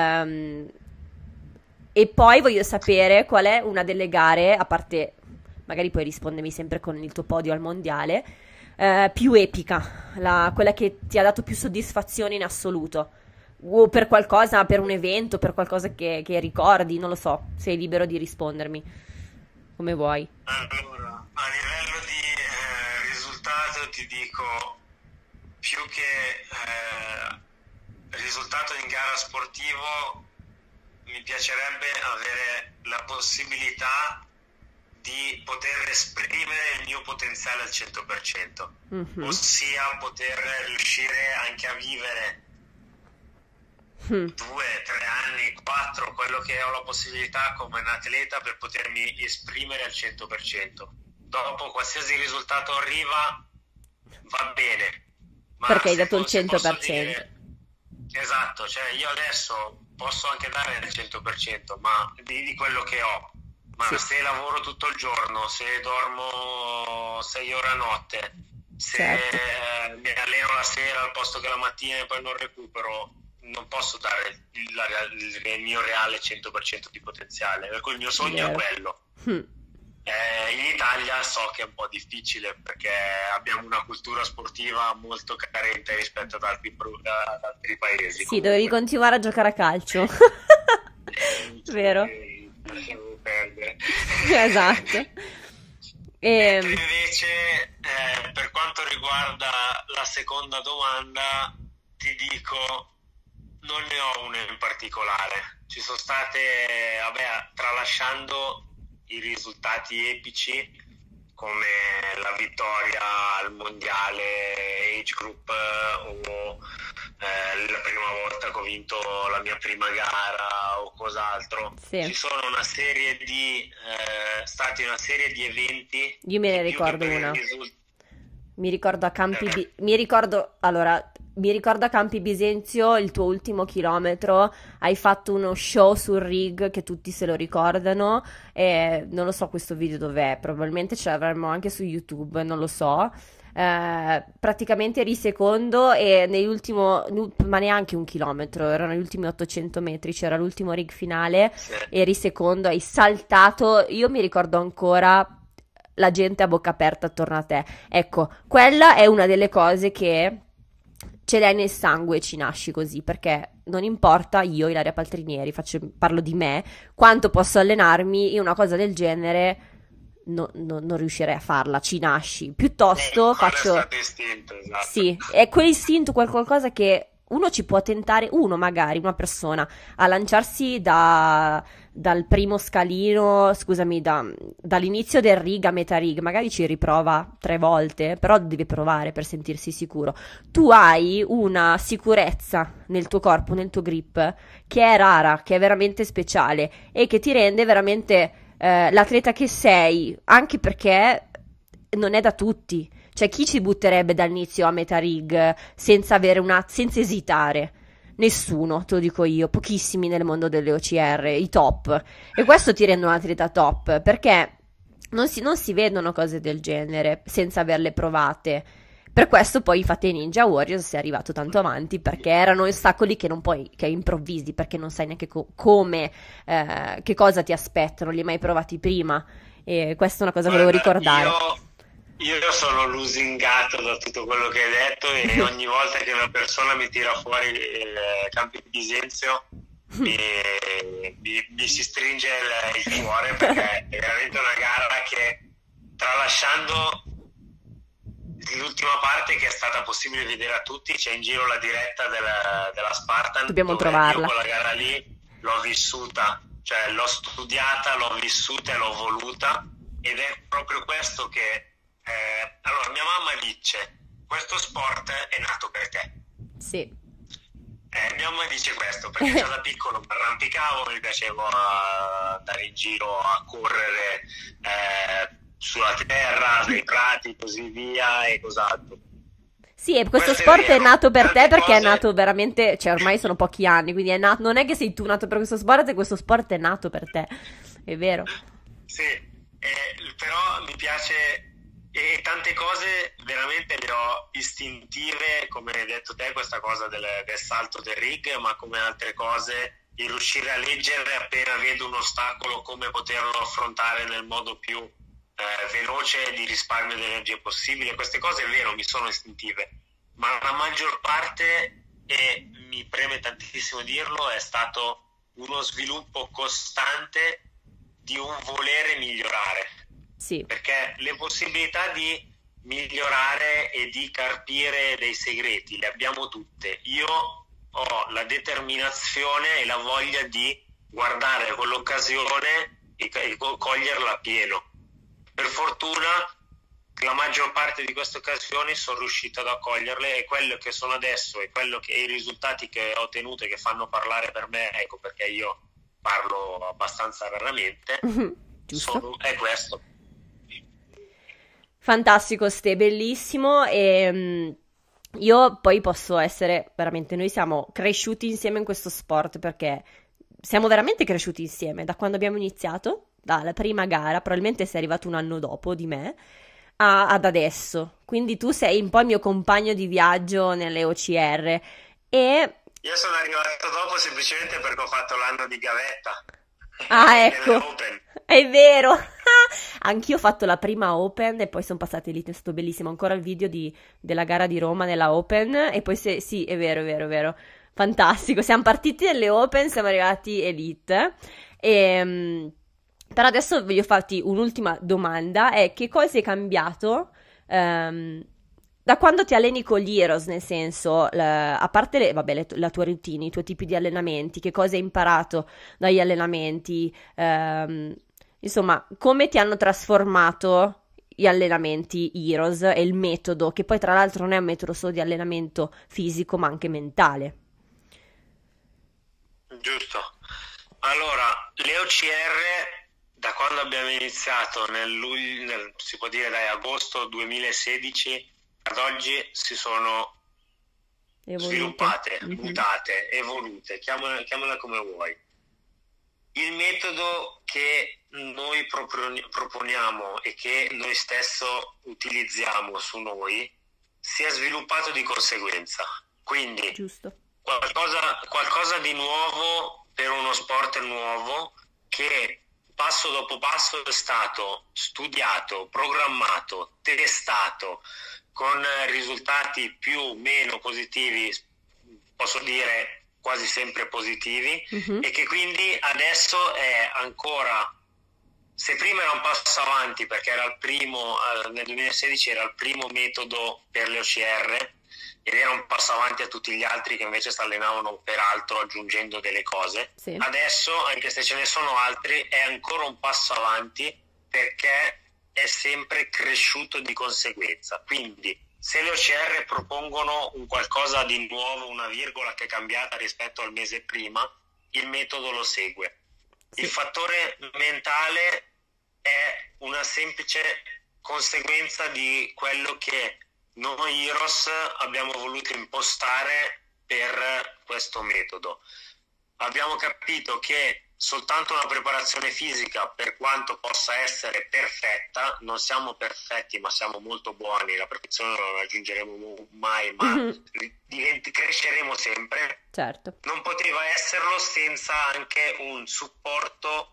E poi voglio sapere qual è una delle gare, a parte, magari puoi rispondermi sempre con il tuo podio al mondiale, più epica, quella che ti ha dato più soddisfazione in assoluto, o per qualcosa, per un evento, per qualcosa che ricordi, non lo so, sei libero di rispondermi come vuoi. Allora, a livello di risultato ti dico, più che risultato in gara sportivo, mi piacerebbe avere la possibilità di poter esprimere il mio potenziale al 100%, ossia poter riuscire anche a vivere 2, 3 anni, 4, quello che ho la possibilità come un atleta, per potermi esprimere al 100%. Dopo qualsiasi risultato arriva, va bene. Ma perché hai dato il 100%. Esatto, cioè io adesso posso anche dare il 100%, ma di quello che ho. Ma sì, se lavoro tutto il giorno, se dormo 6 ore a notte, se mi alleno la sera al posto che la mattina e poi non recupero, non posso dare il mio reale 100% di potenziale. Per cui il mio sogno è quello. In Italia so che è un po' difficile, perché abbiamo una cultura sportiva molto carente rispetto ad altri paesi. Sì, dovevi continuare a giocare a calcio. Vero? Lasciamo perdere. Esatto. Invece, per quanto riguarda la seconda domanda, ti dico, non ne ho una in particolare. Ci sono state, tralasciando i risultati epici come la vittoria al mondiale age group, o la prima volta che ho vinto la mia prima gara o cos'altro, ci sono una serie di stati una serie di eventi. Io me ne ricordo una. Mi ricordo a Campi mi ricordo, allora, mi ricordo a Campi Bisenzio, il tuo ultimo chilometro, hai fatto uno show sul rig che tutti se lo ricordano, e non lo so questo video dov'è, probabilmente ce l'avremmo anche su YouTube, non lo so. Praticamente eri secondo e nell'ultimo, ma neanche un chilometro, erano gli ultimi 800 metri, c'era l'ultimo rig finale, Sì. eri secondo, hai saltato, io mi ricordo ancora la gente a bocca aperta attorno a te. Ecco, quella è una delle cose che ce l'hai nel sangue e ci nasci così, perché non importa io, Ilaria Paltrinieri, parlo di me, quanto posso allenarmi, io una cosa del genere non riuscirei a farla, ci nasci. Piuttosto Quello faccio... è stato istinto, esatto. Sì, è quell'istinto, qualcosa che uno ci può tentare, uno magari, una persona, a lanciarsi dal primo scalino, scusami, dall'inizio del rig a metà rig, magari ci riprova 3 volte, però deve provare per sentirsi sicuro. Tu hai una sicurezza nel tuo corpo, nel tuo grip, che è rara, che è veramente speciale e che ti rende veramente l'atleta che sei, anche perché non è da tutti. Cioè, chi ci butterebbe dall'inizio a metà rig senza esitare? Nessuno, te lo dico io, pochissimi nel mondo delle OCR, i top. E questo ti rende un atleta top, perché non si vedono cose del genere senza averle provate. Per questo poi infatti ai Ninja Warriors sei arrivato tanto avanti, perché erano ostacoli che non puoi, che improvvisi, perché non sai neanche come, che cosa ti aspettano, li hai mai provati prima. E questa è una cosa che volevo ricordare. Io sono lusingato da tutto quello che hai detto e ogni volta che una persona mi tira fuori il Campi Bisenzio mi si stringe il cuore, perché è veramente una gara che, tralasciando l'ultima parte che è stata possibile vedere a tutti, c'è in giro la diretta della Spartan, dobbiamo dove trovarla. io quella gara lì l'ho vissuta, cioè l'ho studiata, l'ho vissuta e l'ho voluta, ed è proprio questo che allora mia mamma dice: questo sport è nato per te. Sì. Mia mamma dice questo perché già da piccolo mi arrampicavo, mi piaceva andare in giro a correre sulla terra, nei prati, così via e cos'altro. Sì, e questo Questo sport è vero. nato per te Tante perché è cose- nato veramente, cioè ormai sono pochi anni, quindi non è che sei tu nato per questo sport, e questo sport è nato per te, è vero. Sì, però mi piace, e tante cose veramente le ho istintive, come hai detto te, questa cosa del salto del rig, ma come altre cose, di riuscire a leggere appena vedo un ostacolo, come poterlo affrontare nel modo più veloce e di risparmio di energia possibile. Queste cose, è vero, mi sono istintive, ma la maggior parte, e mi preme tantissimo dirlo, è stato uno sviluppo costante di un volere migliorare, Sì, perché le possibilità di migliorare e di carpire dei segreti le abbiamo tutte. Io ho la determinazione e la voglia di guardare quell'occasione e coglierla a pieno. Per fortuna la maggior parte di queste occasioni sono riuscito ad accoglierle, e quello che sono adesso e i risultati che ho ottenuto e che fanno parlare per me, ecco perché io parlo abbastanza raramente, giusto. è questo. Fantastico, Ste, bellissimo. E io poi posso essere veramente, noi siamo cresciuti insieme in questo sport, perché siamo veramente cresciuti insieme da quando abbiamo iniziato, dalla prima gara, probabilmente sei arrivato un anno dopo di me, ad adesso. Quindi tu sei un po' il mio compagno di viaggio nelle OCR. E Io sono arrivato dopo semplicemente perché ho fatto l'anno di gavetta. ecco, Open. è vero. Anch'io ho fatto la prima Open e poi sono passata Elite, è stato bellissimo. Ancora il video della gara di Roma nella Open, e poi sì, è vero, è vero. Fantastico, siamo partiti dalle Open, siamo arrivati Elite. Però adesso voglio farti un'ultima domanda, è: che cosa è cambiato da quando ti alleni con gli Heroes, nel senso, a parte la tua routine, i tuoi tipi di allenamenti, che cosa hai imparato dagli allenamenti, insomma, come ti hanno trasformato gli allenamenti Heroes e il metodo, che poi tra l'altro non è un metodo solo di allenamento fisico, ma anche mentale. Giusto. Allora, le OCR, da quando abbiamo iniziato si può dire dai agosto 2016 ad oggi, si sono sviluppate, Mhm. mutate, evolute, chiamala come vuoi. Il metodo che noi proponiamo e che noi stesso utilizziamo su noi si è sviluppato di conseguenza. Quindi Giusto. qualcosa di nuovo per uno sport nuovo che passo dopo passo è stato studiato, programmato, testato con risultati più o meno positivi, posso dire quasi sempre positivi, Mhm. e che quindi adesso è ancora, se prima era un passo avanti perché era il primo, nel 2016 era il primo metodo per le OCR ed era un passo avanti a tutti gli altri che invece si allenavano per altro aggiungendo delle cose. Sì. Adesso, anche se ce ne sono altri, è ancora un passo avanti perché è sempre cresciuto di conseguenza. Quindi se le OCR propongono un qualcosa di nuovo, una virgola che è cambiata rispetto al mese prima, il metodo lo segue. Sì. Il fattore mentale è una semplice conseguenza di quello che noi Heroes abbiamo voluto impostare per questo metodo. Abbiamo capito che soltanto una preparazione fisica, per quanto possa essere perfetta, non siamo perfetti ma siamo molto buoni, la perfezione non la raggiungeremo mai, ma Mhm. cresceremo sempre, Certo. non poteva esserlo senza anche un supporto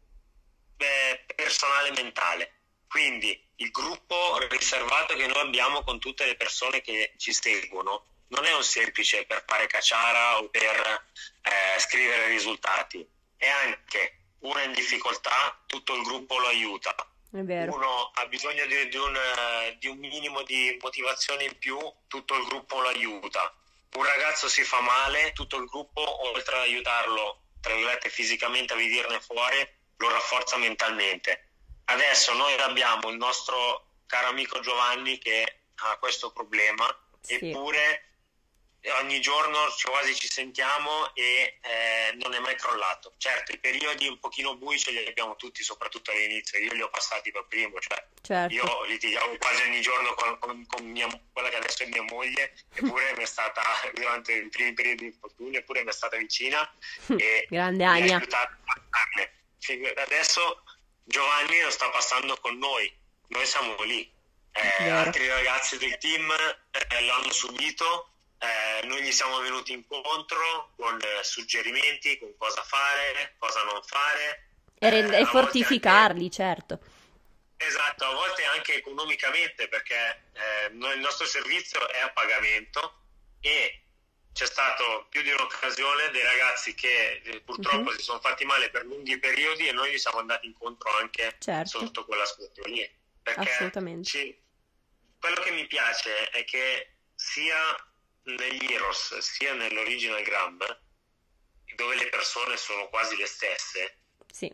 personale mentale. Quindi il gruppo riservato che noi abbiamo con tutte le persone che ci seguono non è un semplice per fare cacciara o per scrivere risultati, è anche uno in difficoltà, tutto il gruppo lo aiuta. È vero. Uno ha bisogno di un minimo di motivazione in più, tutto il gruppo lo aiuta. Un ragazzo si fa male, tutto il gruppo, oltre ad aiutarlo, tra virgolette, fisicamente a venirne fuori, lo rafforza mentalmente. Adesso noi abbiamo il nostro caro amico Giovanni che ha questo problema, Sì. eppure ogni giorno quasi ci sentiamo e non è mai crollato. Certo, i periodi un pochino bui ce li abbiamo tutti, soprattutto all'inizio. Io li ho passati per primo, cioè Certo. io litigavo quasi ogni giorno con quella che adesso è mia moglie, eppure mi è stata durante i primi periodi di infortunio, eppure mi è stata vicina e Grande mi ha Ania. aiutato a farne. Adesso Giovanni lo sta passando con noi siamo lì. Vero. Altri ragazzi del team l'hanno subito, noi gli siamo venuti incontro con suggerimenti, con cosa fare, cosa non fare. E A volte fortificarli, certo. Esatto, a volte anche economicamente, perché il nostro servizio è a pagamento e c'è stato più di un'occasione dei ragazzi che purtroppo Mhm. si sono fatti male per lunghi periodi e noi gli siamo andati incontro anche Certo. sotto quell'aspetto lì. Perché Assolutamente. quello che mi piace è che sia negli Heroes sia nell'Original Grab, dove le persone sono quasi le stesse, Sì.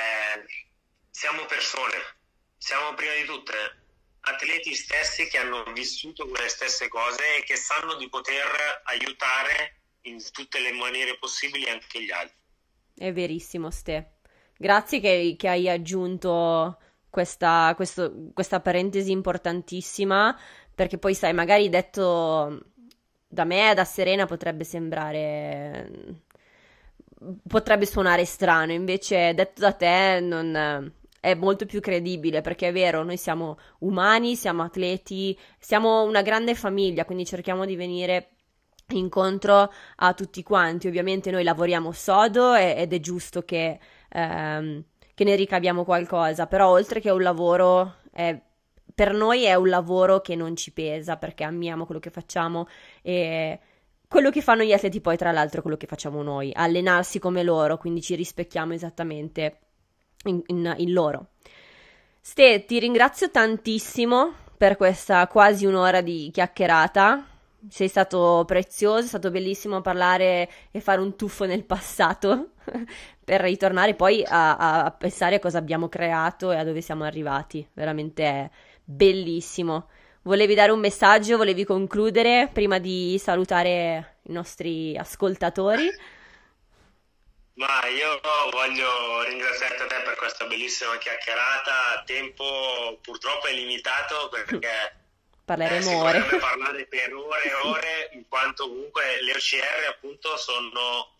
siamo persone, siamo prima di tutte atleti stessi che hanno vissuto quelle stesse cose e che sanno di poter aiutare in tutte le maniere possibili anche gli altri. È verissimo, Ste. Grazie che hai aggiunto questa parentesi importantissima, perché poi sai, magari detto da me, da Serena, potrebbe suonare strano, invece detto da te è molto più credibile, perché è vero, noi siamo umani, siamo atleti, siamo una grande famiglia, quindi cerchiamo di venire incontro a tutti quanti. Ovviamente noi lavoriamo sodo ed è giusto che ne ricaviamo qualcosa, però oltre che un lavoro, per noi è un lavoro che non ci pesa, perché amiamo quello che facciamo e quello che fanno gli atleti poi tra l'altro è quello che facciamo noi, allenarsi come loro, quindi ci rispecchiamo esattamente in loro. Ste, ti ringrazio tantissimo per questa quasi un'ora di chiacchierata. Sei stato prezioso, è stato bellissimo parlare e fare un tuffo nel passato per ritornare poi a pensare a cosa abbiamo creato e a dove siamo arrivati. Veramente bellissimo. Volevi dare un messaggio? Volevi concludere prima di salutare i nostri ascoltatori? Ma io voglio ringraziare te per questa bellissima chiacchierata. Tempo purtroppo è limitato perché Parleremo ore. Si potrebbe parlare per ore e ore, in quanto comunque le OCR appunto sono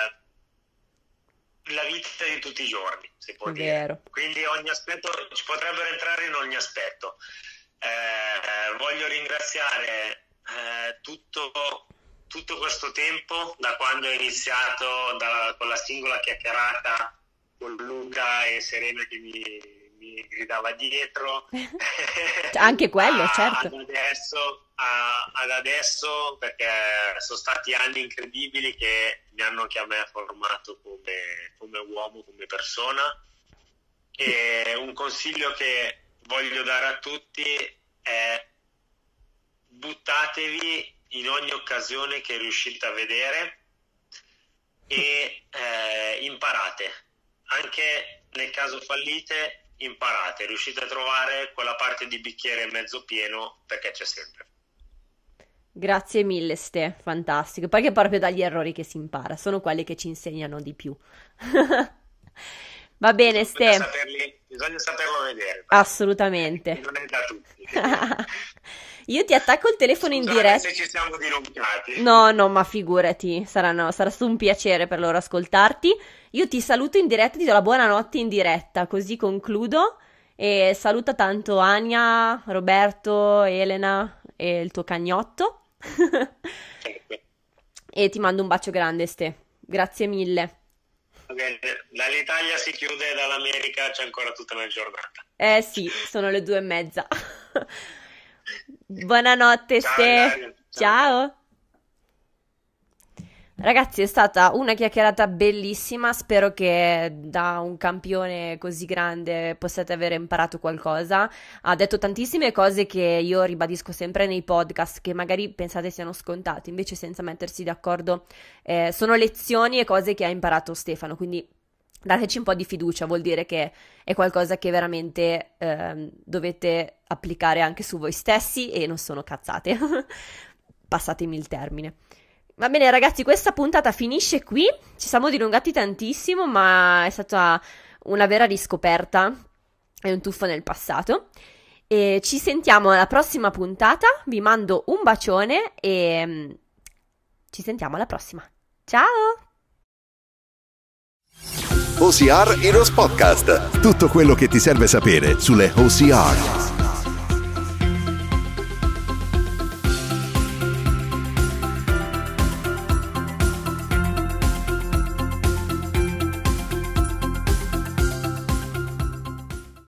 la vita di tutti i giorni, si può dire. Vero. Quindi ogni aspetto, ci potrebbero entrare in ogni aspetto. Voglio ringraziare tutto questo tempo, da quando ho iniziato con la singola chiacchierata con Luca e Serena che mi gridava dietro, anche quello, certo, ad adesso, perché sono stati anni incredibili che mi hanno anche a me formato come uomo, come persona. E un consiglio che voglio dare a tutti è: buttatevi in ogni occasione che riuscite a vedere e imparate. Anche nel caso fallite, imparate, riuscite a trovare quella parte di bicchiere mezzo pieno, perché c'è sempre. Grazie mille Ste, fantastico. Poi che proprio dagli errori che si impara, sono quelli che ci insegnano di più. Va bene, Ste. Bisogna saperlo vedere. Assolutamente. Non è da tutti. Io ti attacco il telefono in diretta. Se ci siamo dirompati. No, ma figurati, sarà stato un piacere per loro ascoltarti. Io ti saluto in diretta, ti do la buonanotte in diretta, così concludo. E saluta tanto Ania, Roberto, Elena e il tuo cagnotto. E ti mando un bacio grande, Ste. Grazie mille. Va bene, dall'Italia si chiude, dall'America c'è ancora tutta una giornata. Sì, sono le 2:30. Buonanotte, ciao, Ste. Ciao. Ragazzi, è stata una chiacchierata bellissima, spero che da un campione così grande possiate aver imparato qualcosa. Ha detto tantissime cose che io ribadisco sempre nei podcast, che magari pensate siano scontate, invece senza mettersi d'accordo sono lezioni e cose che ha imparato Stefano, quindi dateci un po' di fiducia, vuol dire che è qualcosa che veramente dovete applicare anche su voi stessi e non sono cazzate. Passatemi il termine. Va bene ragazzi, questa puntata finisce qui, ci siamo dilungati tantissimo, ma è stata una vera riscoperta e un tuffo nel passato. E ci sentiamo alla prossima puntata, vi mando un bacione e ci sentiamo alla prossima. Ciao! OCR Heroes Podcast, tutto quello che ti serve sapere sulle OCR.